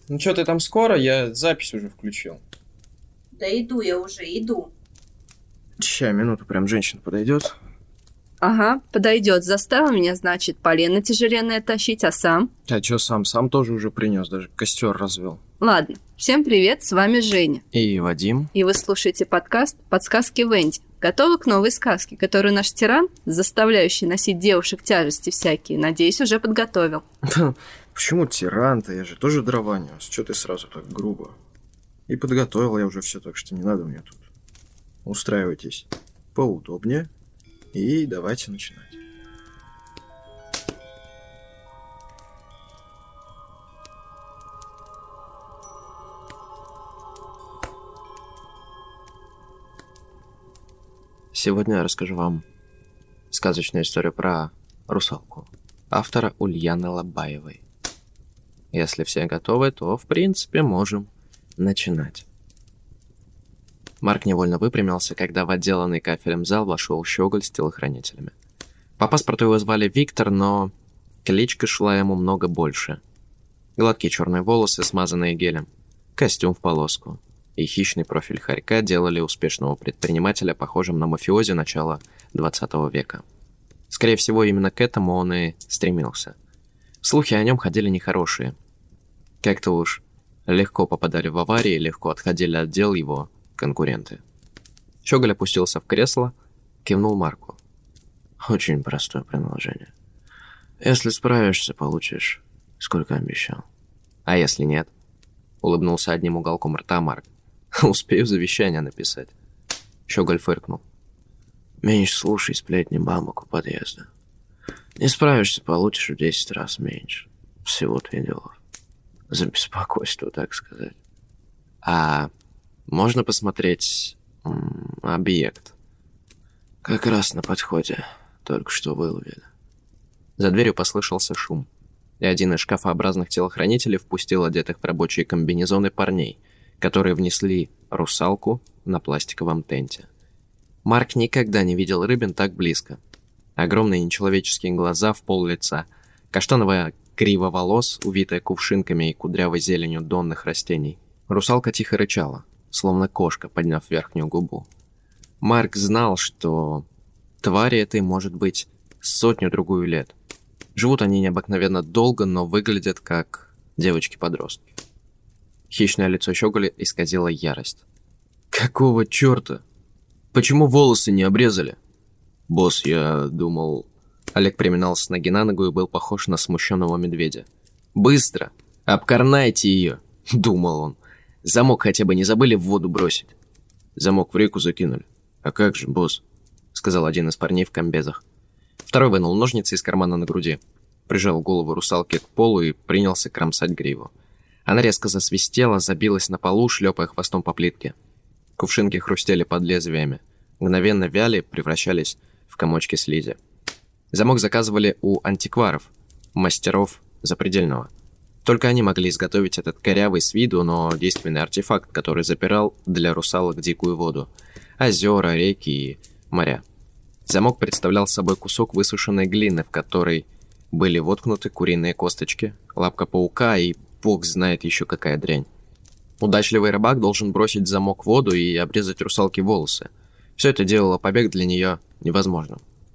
Ну что, ты там скоро? Я запись уже включил. Да иду я уже, иду. Ща, минуту, прям женщина подойдет. Ага, подойдет. Заставил меня, значит, полено тяжеленное тащить, а сам? А чё сам? Сам тоже уже принес, даже костер развел. Ладно, всем привет, с вами Женя. И Вадим. И вы слушаете подкаст «Подсказки Венди». Готовы к новой сказке, которую наш тиран, заставляющий носить девушек тяжести всякие, надеюсь, уже подготовил. Почему тиран-то? Я же тоже дрова нес. Чё ты сразу так грубо? И подготовил я уже все, так что не надо мне тут. Устраивайтесь поудобнее и давайте начинать. Сегодня я расскажу вам сказочную историю про русалку автора Ульяны Лобаевой. Если все готовы, то, в принципе, можем начинать. Марк невольно выпрямился, когда в отделанный кафелем зал вошел щеголь с телохранителями. По паспорту его звали Виктор, но кличка шла ему много больше. Гладкие черные волосы, смазанные гелем, костюм в полоску и хищный профиль хорька делали успешного предпринимателя похожим на мафиози начала 20 века. Скорее всего, именно к этому он и стремился. Слухи о нем ходили нехорошие. Как-то уж легко попадали в аварии, легко отходили от дел его конкуренты. Щеголь опустился в кресло, кивнул Марку. Очень простое предложение. Если справишься, получишь, сколько обещал. А если нет? Улыбнулся одним уголком рта Марк. Успею завещание написать. Щеголь фыркнул. Меньше слушай сплетни бабок у подъезда. Не справишься, получишь в 10 раз меньше. Всего 2 делов. За беспокойство, так сказать. А можно посмотреть объект? Как раз на подходе. Только что выловили. За дверью послышался шум, и один из шкафообразных телохранителей впустил одетых в рабочие комбинезоны парней, которые внесли русалку на пластиковом тенте. Марк никогда не видел рыбин так близко. Огромные нечеловеческие глаза в пол лица, каштановая грива волос, увитая кувшинками и кудрявой зеленью донных растений. Русалка тихо рычала, словно кошка, подняв верхнюю губу. Марк знал, что твари этой может быть 100-другую лет. Живут они необыкновенно долго, но выглядят как девочки-подростки. Хищное лицо щеголя исказило ярость. «Какого черта? Почему волосы не обрезали?» «Босс, я думал...» Олег переминался с ноги на ногу и был похож на смущенного медведя. «Быстро! Обкорнайте ее!» — думал он. «Замок хотя бы не забыли в воду бросить?» «Замок в реку закинули». «А как же, босс?» — сказал один из парней в комбезах. Второй вынул ножницы из кармана на груди, прижал голову русалки к полу и принялся кромсать гриву. Она резко засвистела, забилась на полу, шлепая хвостом по плитке. Кувшинки хрустели под лезвиями, мгновенно вяли, превращались в комочки слизи. Замок заказывали у антикваров, мастеров запредельного. Только они могли изготовить этот корявый с виду, но действенный артефакт, который запирал для русалок дикую воду, озера, реки и моря. Замок представлял собой кусок высушенной глины, в которой были воткнуты куриные косточки, лапка паука и бог знает еще какая дрянь. Удачливый рыбак должен бросить замок в воду и обрезать русалке волосы. Все это делало побег для нее невозможным.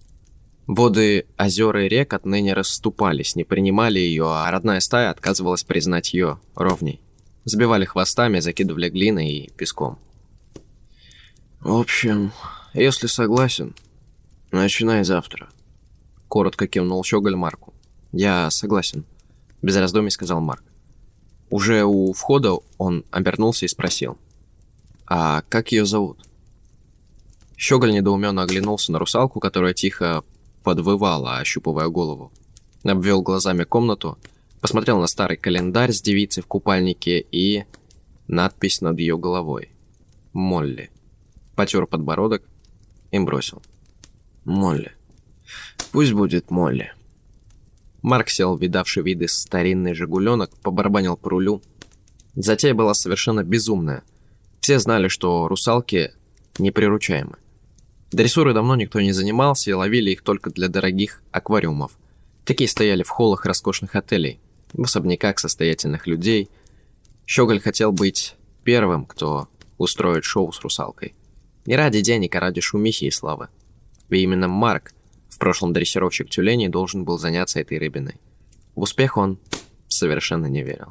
Воды озер и рек отныне расступались, не принимали ее, а родная стая отказывалась признать ее ровней. Сбивали хвостами, закидывали глиной и песком. «В общем, если согласен, начинай завтра», — коротко кивнул щеголь Марку. «Я согласен», — без раздумий сказал Марк. Уже у входа он обернулся и спросил. «А как ее зовут?» Щеголь недоуменно оглянулся на русалку, которая тихо подвывала, ощупывая голову. Обвел глазами комнату, посмотрел на старый календарь с девицей в купальнике и надпись над ее головой. «Молли». Потер подбородок и бросил. «Молли. Пусть будет Молли». Марк сел в видавший виды старинный «Жигуленок», побарабанил по рулю. Затея была совершенно безумная. Все знали, что русалки неприручаемы. Дрессурой давно никто не занимался, и ловили их только для дорогих аквариумов. Такие стояли в холлах роскошных отелей, в особняках состоятельных людей, Щеголь хотел быть первым, кто устроит шоу с русалкой. Не ради денег, а ради шумихи и славы. И именно Марк, в прошлом дрессировщик тюленей, должен был заняться этой рыбиной. В успех он совершенно не верил.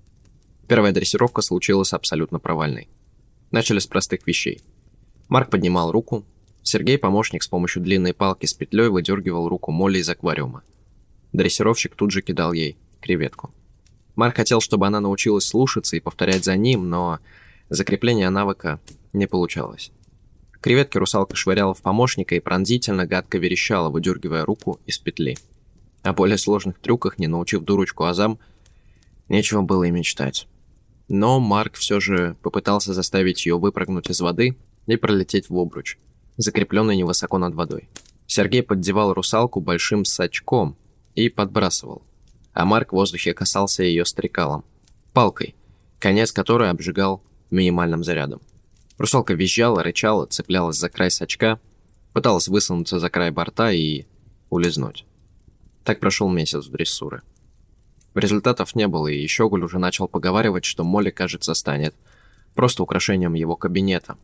Первая дрессировка случилась абсолютно провальной. Начали с простых вещей. Марк поднимал руку. Сергей, помощник, с помощью длинной палки с петлей выдергивал руку Молли из аквариума. Дрессировщик тут же кидал ей креветку. Марк хотел, чтобы она научилась слушаться и повторять за ним, но закрепление навыка не получалось. Креветки русалка швыряла в помощника и пронзительно гадко верещала, выдергивая руку из петли. О более сложных трюках, не научив дурочку азам, нечего было и мечтать. Но Марк все же попытался заставить ее выпрыгнуть из воды и пролететь в обруч, закрепленный невысоко над водой. Сергей поддевал русалку большим сачком и подбрасывал, а Марк в воздухе касался ее стрекалом, палкой, конец которой обжигал минимальным зарядом. Русалка визжала, рычала, цеплялась за край сачка, пыталась высунуться за край борта и улизнуть. Так прошел месяц дрессуры. Результатов не было, и Щеголь уже начал поговаривать, что Молли, кажется, станет просто украшением его кабинета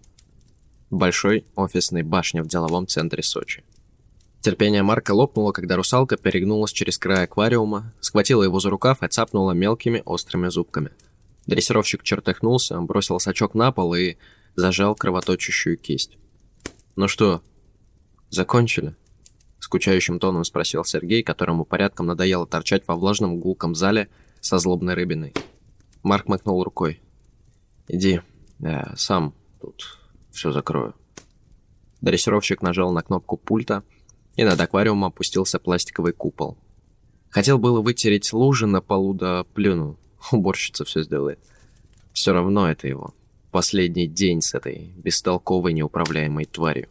в большой офисной башне в деловом центре Сочи. Терпение Марка лопнуло, когда русалка перегнулась через край аквариума, схватила его за рукав и цапнула мелкими острыми зубками. Дрессировщик чертыхнулся, бросил сачок на пол и зажал кровоточащую кисть. «Ну что, закончили?» — скучающим тоном спросил Сергей, которому порядком надоело торчать во влажном гулком зале со злобной рыбиной. Марк махнул рукой. «Иди, я сам тут все закрою». Дрессировщик нажал на кнопку пульта, и над аквариумом опустился пластиковый купол. Хотел было вытереть лужи на полу, да плюнул. Уборщица все сделает. Все равно это его последний день с этой бестолковой неуправляемой тварью.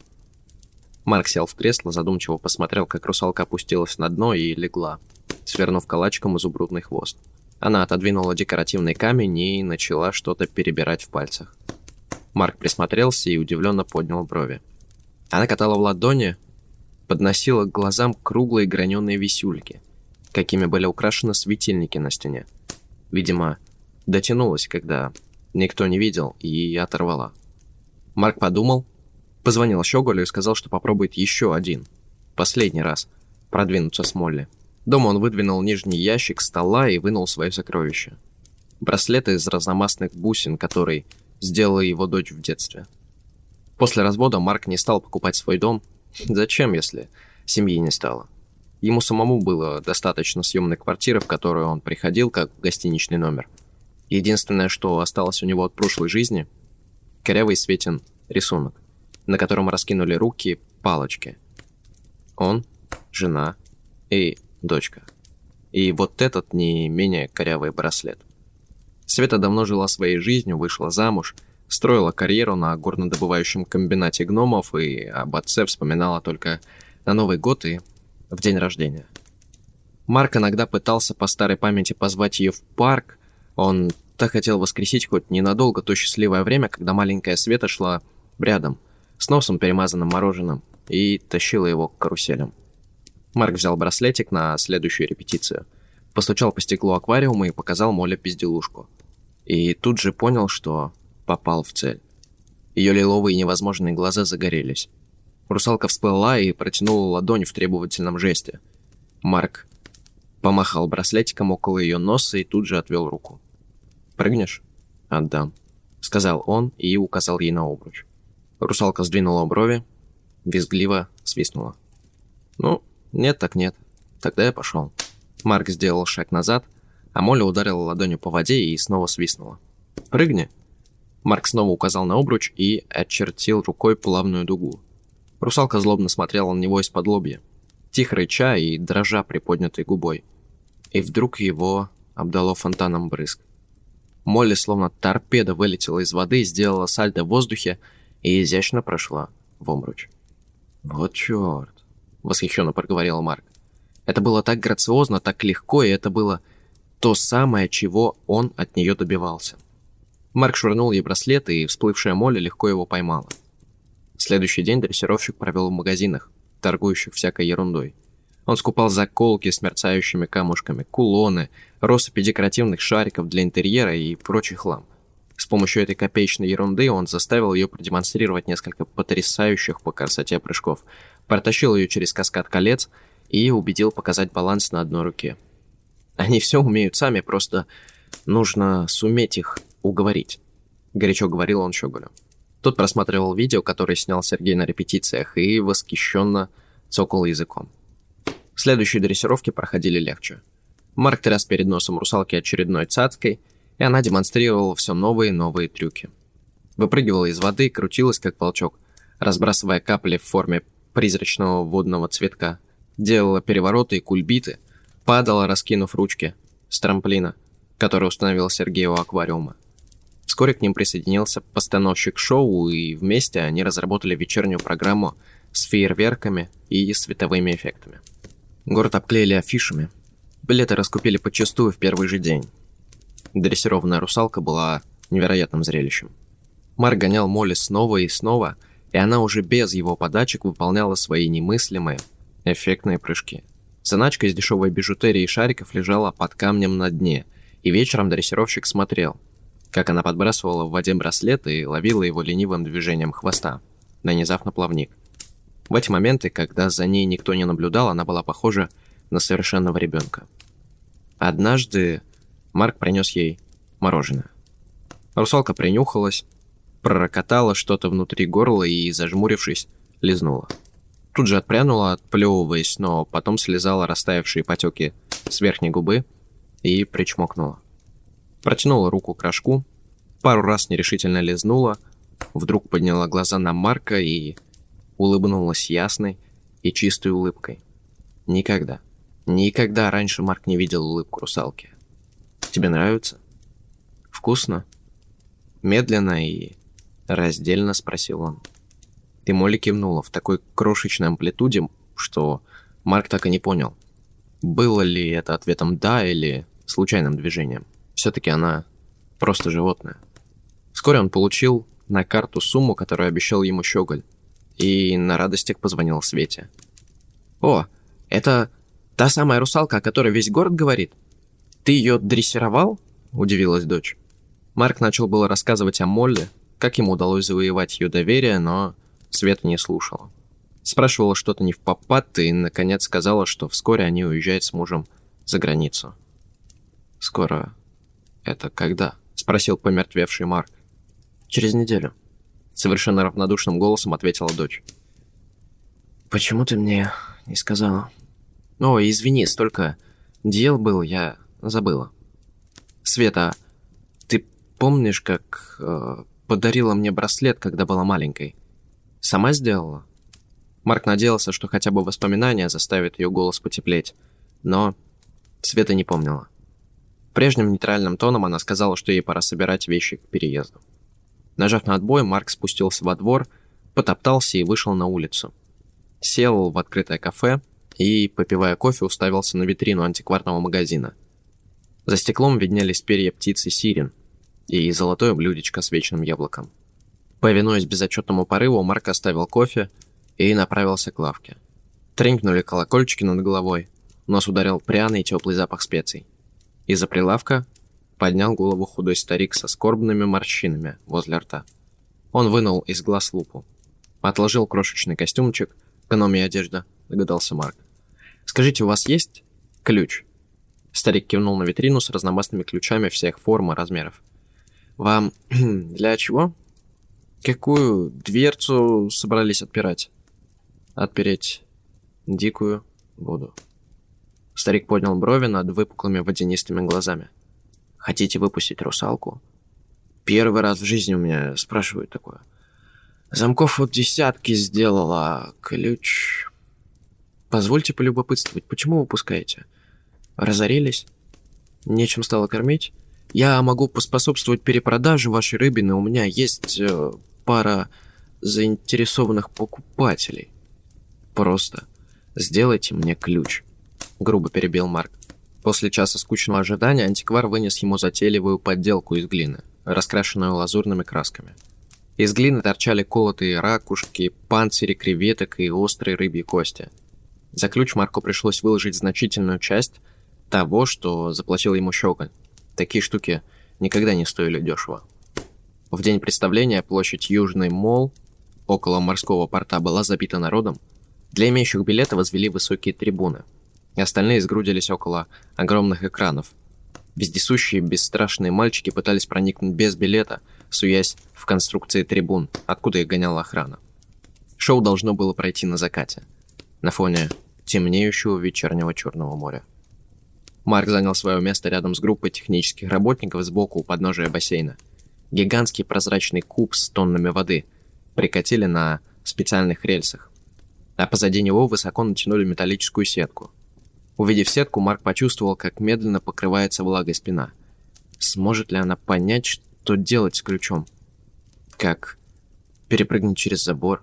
Марк сел в кресло, задумчиво посмотрел, как русалка опустилась на дно и легла, свернув калачиком изумрудный хвост. Она отодвинула декоративный камень и начала что-то перебирать в пальцах. Марк присмотрелся и удивленно поднял брови. Она катала в ладони, подносила к глазам круглые граненые висюльки, какими были украшены светильники на стене. Видимо, дотянулась, когда никто не видел, и оторвала. Марк подумал, позвонил Щеголю и сказал, что попробует еще один, последний раз, продвинуться с Молли. Дома он выдвинул нижний ящик стола и вынул свое сокровище. Браслет из разномастных бусин, который сделала его дочь в детстве. После развода Марк не стал покупать свой дом. Зачем, если семьи не стало? Ему самому было достаточно съемной квартиры, в которую он приходил, как в гостиничный номер. Единственное, что осталось у него от прошлой жизни – корявый Светин рисунок, на котором раскинули руки палочки. Он, жена и дочка. И вот этот не менее корявый браслет. Света давно жила своей жизнью, вышла замуж, строила карьеру на горнодобывающем комбинате гномов и об отце вспоминала только на Новый год и в день рождения. Марк иногда пытался по старой памяти позвать ее в парк. Он так хотел воскресить хоть ненадолго то счастливое время, когда маленькая Света шла рядом, с носом перемазанным мороженым, и тащила его к каруселям. Марк взял браслетик на следующую репетицию, постучал по стеклу аквариума и показал Молли безделушку. И тут же понял, что попал в цель. Ее лиловые невозможные глаза загорелись. Русалка всплыла и протянула ладонь в требовательном жесте. Марк помахал браслетиком около ее носа и тут же отвел руку. «Прыгнешь?» «Отдам», — сказал он и указал ей на обруч. Русалка сдвинула брови, визгливо свистнула. «Ну, нет так нет. Тогда я пошел». Марк сделал шаг назад, а Молли ударила ладонью по воде и снова свистнула. «Прыгни!» Марк снова указал на обруч и очертил рукой плавную дугу. Русалка злобно смотрела на него из-под лобья, тихо рыча и дрожа приподнятой губой. И вдруг его обдало фонтаном брызг. Молли словно торпеда вылетела из воды, сделала сальто в воздухе и изящно прошла в обруч. «Вот черт!» — восхищенно проговорил Марк. Это было так грациозно, так легко, и это было то самое, чего он от нее добивался. Марк швырнул ей браслет, и всплывшая Молли легко его поймала. Следующий день дрессировщик провел в магазинах, торгующих всякой ерундой. Он скупал заколки с мерцающими камушками, кулоны, россыпи декоративных шариков для интерьера и прочий хлам. С помощью этой копеечной ерунды он заставил ее продемонстрировать несколько потрясающих по красоте прыжков, протащил ее через каскад колец и убедил показать баланс на одной руке. Они все умеют сами, просто нужно суметь их уговорить, горячо говорил он Щеголю. Тот просматривал видео, которое снял Сергей на репетициях, и восхищенно цокал языком. Следующие дрессировки проходили легче. Марк тряс перед носом русалки очередной цацкой, и она демонстрировала все новые и новые трюки. Выпрыгивала из воды и крутилась, как волчок, разбрасывая капли в форме призрачного водного цветка. Делала перевороты и кульбиты, падала, раскинув ручки с трамплина, который установил Сергей у аквариума. Вскоре к ним присоединился постановщик шоу, и вместе они разработали вечернюю программу с фейерверками и световыми эффектами. Город обклеили афишами. Билеты раскупили подчистую в первый же день. Дрессированная русалка была невероятным зрелищем. Марк гонял Молли снова и снова, и она уже без его подачек выполняла свои немыслимые, эффектные прыжки. Заначка из дешевой бижутерии и шариков лежала под камнем на дне, и вечером дрессировщик смотрел, как она подбрасывала в воде браслет и ловила его ленивым движением хвоста, нанизав на плавник. В эти моменты, когда за ней никто не наблюдал, она была похожа на совершенного ребенка. Однажды Марк принес ей мороженое. Русалка принюхалась, пророкотала что-то внутри горла и, зажмурившись, лизнула. Тут же отпрянула, отплевываясь, но потом слезала растаявшие потеки с верхней губы и причмокнула. Протянула руку к рожку, пару раз нерешительно лизнула, вдруг подняла глаза на Марка и улыбнулась ясной и чистой улыбкой. Никогда раньше Марк не видел улыбку русалки. «Тебе нравится? Вкусно?» Медленно и раздельно спросил он. И Молли кивнула в такой крошечной амплитуде, что Марк так и не понял, было ли это ответом «да» или случайным движением. Все-таки она просто животное. Вскоре он получил на карту сумму, которую обещал ему Щеголь, и на радостях позвонил Свете. «О, это та самая русалка, о которой весь город говорит? Ты ее дрессировал?» – удивилась дочь. Марк начал было рассказывать о Молли, как ему удалось завоевать ее доверие, но Света не слушала. Спрашивала что-то невпопад и, наконец, сказала, что вскоре они уезжают с мужем за границу. «Скоро? Это когда?» – спросил помертвевший Марк. «Через неделю», – совершенно равнодушным голосом ответила дочь. «Почему ты мне не сказала?» «Ой, извини, столько дел было, я забыла». «Света, ты помнишь, как подарила мне браслет, когда была маленькой? Сама сделала?» Марк надеялся, что хотя бы воспоминания заставят ее голос потеплеть, но Света не помнила. Прежним нейтральным тоном она сказала, что ей пора собирать вещи к переезду. Нажав на отбой, Марк спустился во двор, потоптался и вышел на улицу. Сел в открытое кафе и, попивая кофе, уставился на витрину антикварного магазина. За стеклом виднелись перья птицы сирен и золотое блюдечко с вечным яблоком. Повинуясь безотчетному порыву, Марк оставил кофе и направился к лавке. Тренькнули колокольчики над головой, нос ударил пряный теплый запах специй. Из-за прилавка поднял голову худой старик со скорбными морщинами возле рта. Он вынул из глаз лупу. Отложил крошечный костюмчик, экономия одежда, догадался Марк. «Скажите, у вас есть ключ?» Старик кивнул на витрину с разномастными ключами всех форм и размеров. «Вам для чего? Какую дверцу собрались отпирать?» «Отпереть дикую воду». Старик поднял брови над выпуклыми водянистыми глазами. «Хотите выпустить русалку?» «Первый раз в жизни у меня спрашивают такое. Замков вот десятки сделала, ключ...» «Позвольте полюбопытствовать, почему выпускаете? Разорились? Нечем стало кормить? Я могу поспособствовать перепродаже вашей рыбины, у меня есть пара заинтересованных покупателей. Просто сделайте мне ключ», — грубо перебил Марк. После часа скучного ожидания антиквар вынес ему затейливую подделку из глины, раскрашенную лазурными красками. Из глины торчали колотые ракушки, панцири креветок и острые рыбьи кости. За ключ Марку пришлось выложить значительную часть того, что заплатил ему Щеголь. Такие штуки никогда не стоили дешево. В день представления площадь Южный Молл около морского порта была забита народом. Для имеющих билеты возвели высокие трибуны. И остальные сгрудились около огромных экранов. Вездесущие бесстрашные мальчики пытались проникнуть без билета, суясь в конструкции трибун, откуда их гоняла охрана. Шоу должно было пройти на закате, на фоне темнеющего вечернего Черного моря. Марк занял свое место рядом с группой технических работников сбоку у подножия бассейна. Гигантский прозрачный куб с тоннами воды прикатили на специальных рельсах, а позади него высоко натянули металлическую сетку. Увидев сетку, Марк почувствовал, как медленно покрывается влагой спина. Сможет ли она понять, что делать с ключом? Как перепрыгнуть через забор?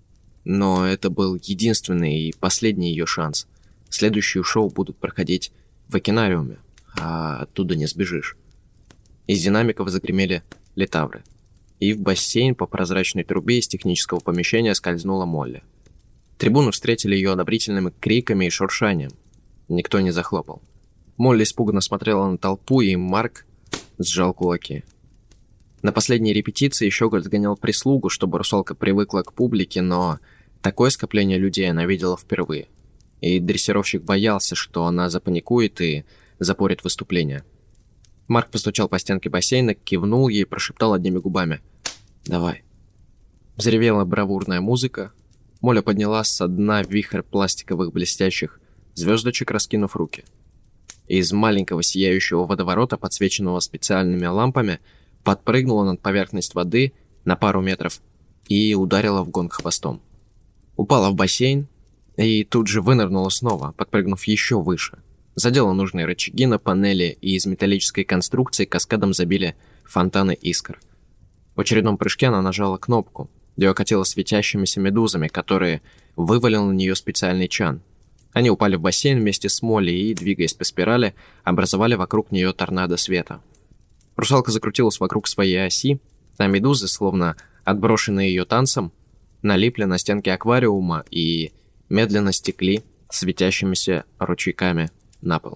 Но это был единственный и последний ее шанс. Следующие шоу будут проходить в океанариуме, а оттуда не сбежишь. Из динамиков загремели литавры, и в бассейн по прозрачной трубе из технического помещения скользнула Молли. Трибуны встретили ее одобрительными криками и шуршанием. Никто не захлопал. Молли испуганно смотрела на толпу, и Марк сжал кулаки. На последней репетиции Щеголь сгонял прислугу, чтобы русалка привыкла к публике, но такое скопление людей она видела впервые. И дрессировщик боялся, что она запаникует и запорит выступление. Марк постучал по стенке бассейна, кивнул ей и прошептал одними губами: «Давай». Взревела бравурная музыка. Молли подняла со дна вихрь пластиковых блестящих звездочек, раскинув руки. Из маленького сияющего водоворота, подсвеченного специальными лампами, подпрыгнула над поверхность воды на пару метров и ударила в гонг хвостом. Упала в бассейн и тут же вынырнула снова, подпрыгнув еще выше. Задела нужные рычаги на панели, и из металлической конструкции каскадом забили фонтаны искр. В очередном прыжке она нажала кнопку. Ее окатило светящимися медузами, которые вывалил на нее специальный чан. Они упали в бассейн вместе с Молли и, двигаясь по спирали, образовали вокруг нее торнадо света. Русалка закрутилась вокруг своей оси, а медузы, словно отброшенные ее танцем, налипли на стенки аквариума и медленно стекли светящимися ручейками на пол.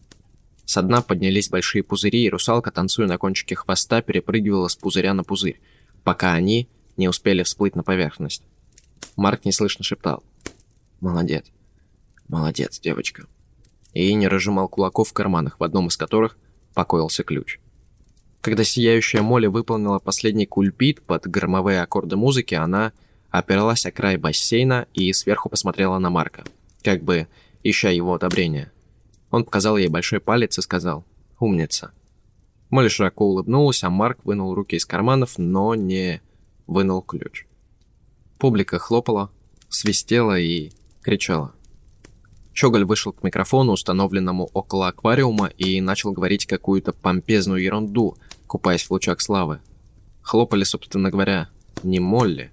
Со дна поднялись большие пузыри, и русалка, танцуя на кончике хвоста, перепрыгивала с пузыря на пузырь, пока они не успели всплыть на поверхность. Марк неслышно шептал: «Молодец. Молодец, девочка». И не разжимал кулаков в карманах, в одном из которых покоился ключ. Когда сияющая Молли выполнила последний кульбит под громовые аккорды музыки, она оперлась о край бассейна и сверху посмотрела на Марка, как бы ища его одобрения. Он показал ей большой палец и сказал: «Умница». Молли широко улыбнулась, а Марк вынул руки из карманов, но не вынул ключ. Публика хлопала, свистела и кричала. Щеголь вышел к микрофону, установленному около аквариума, и начал говорить какую-то помпезную ерунду, купаясь в лучах славы. Хлопали, собственно говоря, не Молли,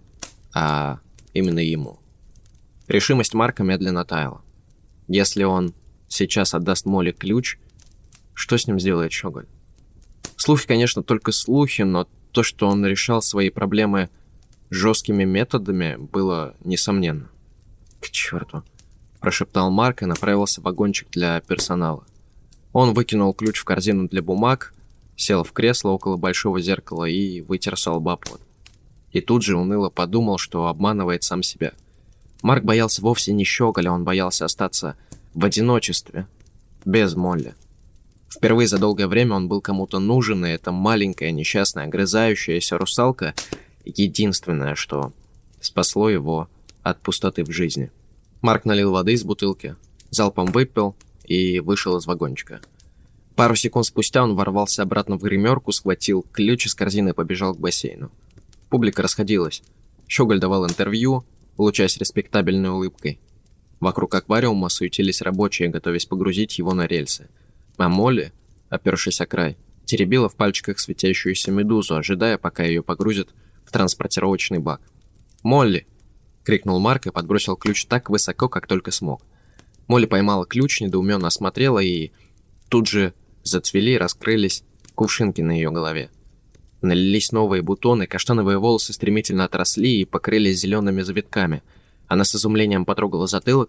а именно ему. Решимость Марка медленно таяла. Если он сейчас отдаст Молли ключ, что с ним сделает Щеголь? Слухи, конечно, только слухи, но то, что он решал свои проблемы жесткими методами, было несомненно. «К черту!» – прошептал Марк и направился в вагончик для персонала. Он выкинул ключ в корзину для бумаг, сел в кресло около большого зеркала и вытер со лба пот. И тут же уныло подумал, что обманывает сам себя. Марк боялся вовсе не Щеголя, он боялся остаться в одиночестве, без Молли. Впервые за долгое время он был кому-то нужен, и эта маленькая, несчастная, огрызающаяся русалка — единственное, что спасло его от пустоты в жизни. Марк налил воды из бутылки, залпом выпил и вышел из вагончика. Пару секунд спустя он ворвался обратно в гримерку, схватил ключ из корзины и побежал к бассейну. Публика расходилась. Щеголь давал интервью, лучась респектабельной улыбкой. Вокруг аквариума суетились рабочие, готовясь погрузить его на рельсы. А Молли, опершись о край, теребила в пальчиках светящуюся медузу, ожидая, пока ее погрузят в транспортировочный бак. «Молли!» — крикнул Марк и подбросил ключ так высоко, как только смог. Молли поймала ключ, недоуменно осмотрела, и тут же зацвели и раскрылись кувшинки на ее голове. Налились новые бутоны, каштановые волосы стремительно отросли и покрылись зелеными завитками. Она с изумлением потрогала затылок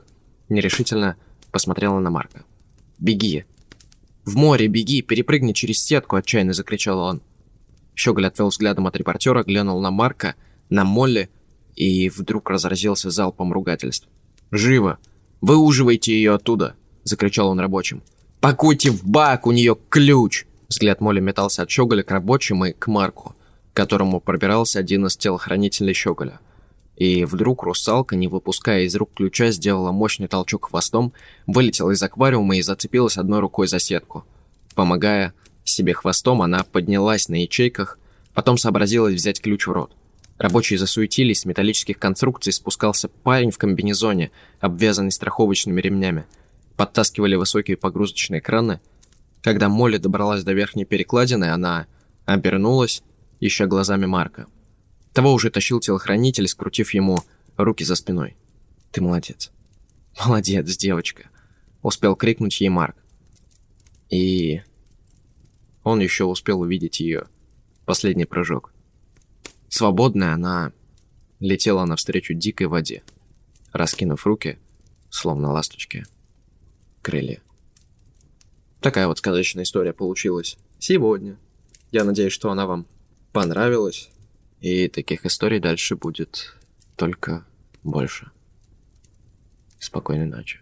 нерешительно посмотрела на Марка. «Беги! В море беги! Перепрыгни через сетку!» — отчаянно закричал он. Щеголь отвел взглядом от репортера, глянул на Марка, на Молли и вдруг разразился залпом ругательств. «Живо! Выуживайте ее оттуда!» — закричал он рабочим. «Пакуйте в бак, у нее ключ!» Взгляд Молли метался от Щеголя к рабочим и к Марку, к которому пробирался один из телохранителей Щеголя. И вдруг русалка, не выпуская из рук ключа, сделала мощный толчок хвостом, вылетела из аквариума и зацепилась одной рукой за сетку. Помогая себе хвостом, она поднялась на ячейках, потом сообразила взять ключ в рот. Рабочие засуетились, с металлических конструкций спускался парень в комбинезоне, обвязанный страховочными ремнями. Подтаскивали высокие погрузочные краны. Когда Молли добралась до верхней перекладины, она обернулась, ища глазами Марка. Того уже тащил телохранитель, скрутив ему руки за спиной. «Ты молодец. Молодец, девочка!» — успел крикнуть ей Марк. И он еще успел увидеть ее последний прыжок. Свободная, она летела навстречу дикой воде, раскинув руки, словно ласточки, крылья. Такая вот сказочная история получилась сегодня. Я надеюсь, что она вам понравилась. И таких историй дальше будет только больше. Спокойной ночи.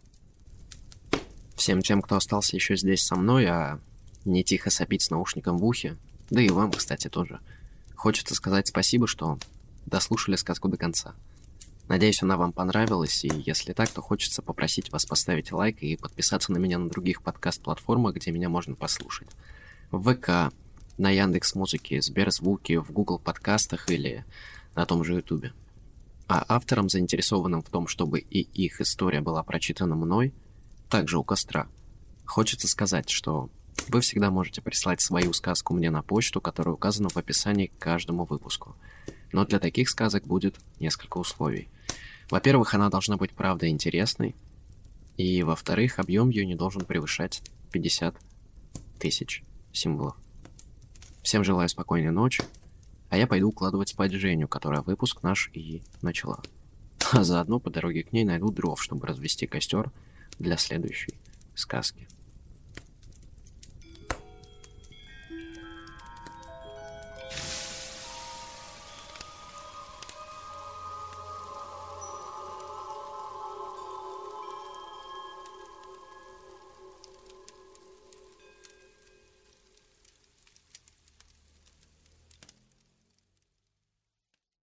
Всем тем, кто остался еще здесь со мной, а не тихо сопить с наушником в ухе, да и вам, кстати, тоже, хочется сказать спасибо, что дослушали сказку до конца. Надеюсь, она вам понравилась, и если так, то хочется попросить вас поставить лайк и подписаться на меня на других подкаст-платформах, где меня можно послушать. В ВК, на Яндекс.Музыке, Сберзвуке, в Google подкастах или на том же Ютубе. А авторам, заинтересованным в том, чтобы и их история была прочитана мной, также у костра, хочется сказать, что вы всегда можете прислать свою сказку мне на почту, которая указана в описании к каждому выпуску. Но для таких сказок будет несколько условий. Во-первых, она должна быть правда интересной, и во-вторых, объем ее не должен превышать 50 тысяч символов. Всем желаю спокойной ночи, а я пойду укладывать спать Женю, которая выпуск наш и начала. А заодно по дороге к ней найду дров, чтобы развести костер для следующей сказки.